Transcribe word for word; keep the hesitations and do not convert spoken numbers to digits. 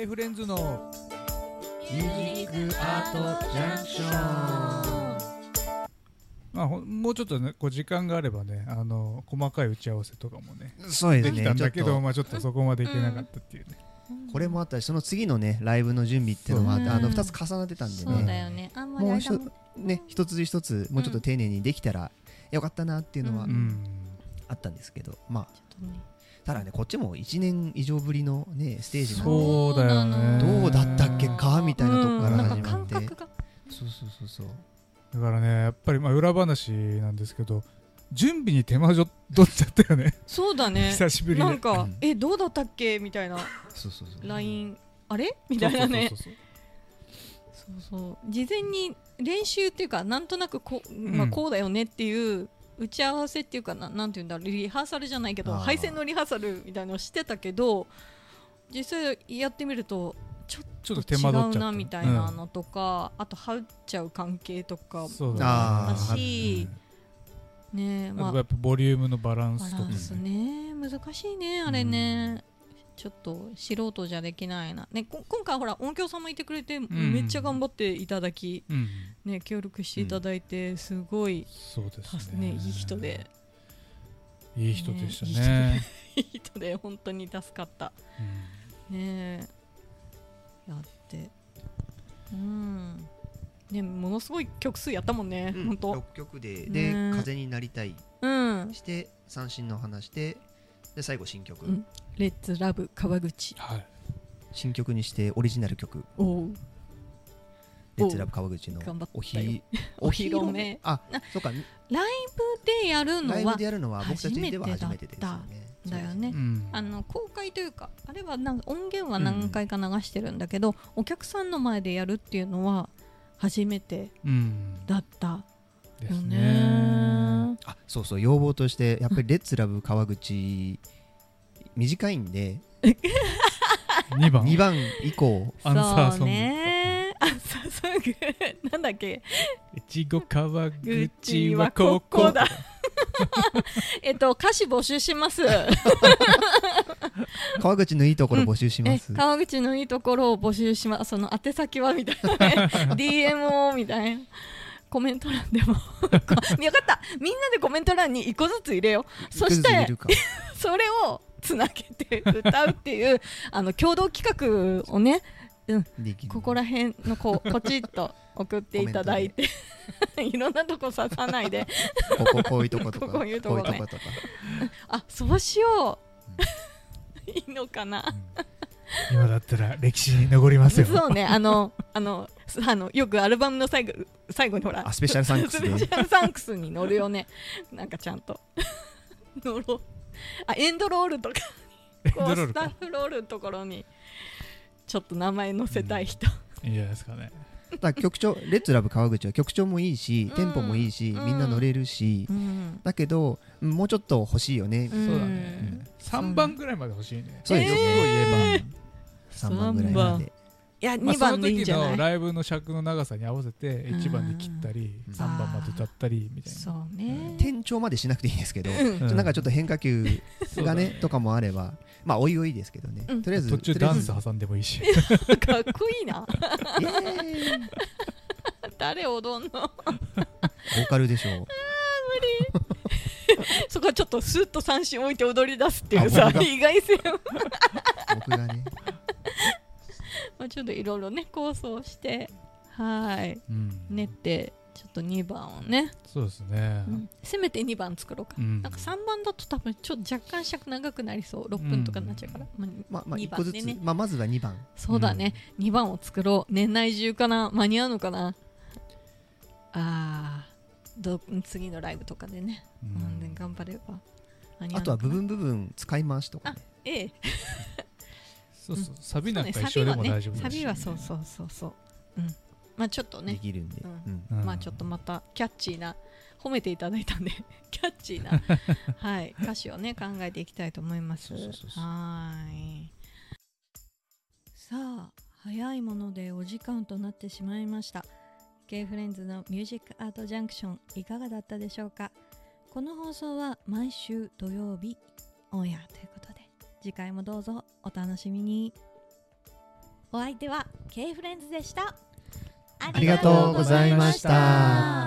K フレンズのミュージックアートジャンクション。 まあ、もうちょっとねこう時間があればねあの細かい打ち合わせとかもねそうですね、 できたんだけど、 ちょっとまあ、ちょっとそこまでいけなかったっていうね、 これもあったし、その次のねライブの準備っていうのもあって、あのふたつ重なってたんでそうだね、 よね。あんまりもう一間もね一つ一つもうちょっと丁寧にできたらよかったなっていうのはうんうんあったんですけど、まあちょっとねただねこっちもいちねん以上ぶりのねステージなんで、 そうだよねどうだったっけかみたいなとこから始うんなんまって、 か感覚がそうそうそうそう、 だからねやっぱりまあ裏話なんですけど準備に手間取っちゃったよねそうだね。 久しぶりでなんか、 うんえどうだったっけみたいなそうそうそう、 ラインあれみたいなね。 そうそうそうそう事前に練習っていうかなんとなくこう、まあ、 うんこうだよねっていう打ち合わせっていうかな、なんていうんだろう、リハーサルじゃないけどあー配線のリハーサルみたいなのをしてたけど、実際やってみるとちょっちょっとと違う手間取っちゃったなみたいなのとか、あと羽打っちゃう関係とかそうだだあーし、ねあまあとやっぱボリュームのバランバスとかねランスね難しいねあれね、ちょっと素人じゃできないな、ね、こ今回ほら音響さんもいてくれて、 んめっちゃ頑張っていただき、 うんね、協力していただいて、すごい、 そうですね、 ねいい人でいい人でしたねねいい人で本当に助かったねえやってうんねものすごい曲数やったもんね、 うん、 本当ろっきょくで、でね風になりたいうんして三振の話してで最後新曲、 うんレッツラブ川口はい新曲にしてオリジナル曲おうレッツラブ川口の頑張ったよおひお披露目あそうかライブでやるのはライブでやるのは僕たちでは初めてですよねだよね、 うんあの公開というかあれはなんか音源は何回か流してるんだけど、お客さんの前でやるっていうのは初めてうんだったですよねねあそうそう要望としてやっぱりレッツラブ川口短いんでにばんにばん以降アンサーソングそうねアンサーソングなんだっけいちご川口はここだえっと歌詞募集します川口のいいところ募集します、 え川口のいいところを募集します。その宛先はみたいなねディーエム をみたいなコメント欄でもよかったみんなでコメント欄にいっこずつ入れよう。そしていくつ入れるかそれをつなげて歌うっていうあの共同企画をね、うん、 できるここら辺のこうポチッと送っていただいていろんなとこ刺さないでこここういうとことかこういうとこねこういうとことかあそうしよういいのかな今だったら歴史に残りますよそうねあのあのあのよくアルバムの最後最後にほらあスペシャルサンクスでスペシャルサンクスに乗るよねなんかちゃんと乗ろうあエンドロールとかこうスタッフロールのところにちょっと名前載せたい人、 いいんじゃないですかねだから曲調レッツラブ川口は曲調もいいし、 うんテンポもいいし、 うんみんな乗れるし、 うんだけどもうちょっと欲しいよね、 うんそうだねさんばんぐらいまで欲しいねそうですよね、 欲を言えばさんばんぐらいまでいやまあにばんでいいんじゃその時のない、 ライブの尺の長さに合わせていちばんで切ったりうんさんばんまで歌ったりみたいなそうね転調までしなくていいんですけど、 うんうんなんかちょっと変化球そうだねがねとかもあればまあおいおいですけどね、 うんとりあえず途中とりあえずダンス挟んでもいいしかっこいいなイエーイ誰踊んのボーカルでしょうそこはちょっとスッと三振置いて踊り出すっていうさあ僕が意外性を僕がねまあちょっといろいろね構想してはいうん練ってちょっとにばんをね、 そうですねうんせめてにばん作ろうか、 うんなんかさんばんだと多分ちょっと若干尺長くなりそうろっぷんとかになっちゃうから、まあまあまあに一個ずつ、 ばんでねまあまずはにばんそうだね、にばんを作ろう年内中かな間に合うのかなあーど次のライブとかでね、 ううんん、で頑張れば間に合あとはうのかな部分部分使い回しとかねええそうそうサビなんかそうね一緒でも大丈夫サだしビはねサビはそうそうそうそううんまあちょっとでねきるんで、 ううんうんまあちょっとまたキャッチーなそう褒めていただいたんでキャッチーな、はい、歌詞をね考えていきたいと思いますそうそうそうそうはいさあ早いものでお時間となってしまいました。 K フレンズのミュージックアートジャンクションいかがだったでしょうか。この放送は毎週土曜日オンエアということで、次回もどうぞお楽しみに。 お相手は K フレンズでした。 ありがとうございました。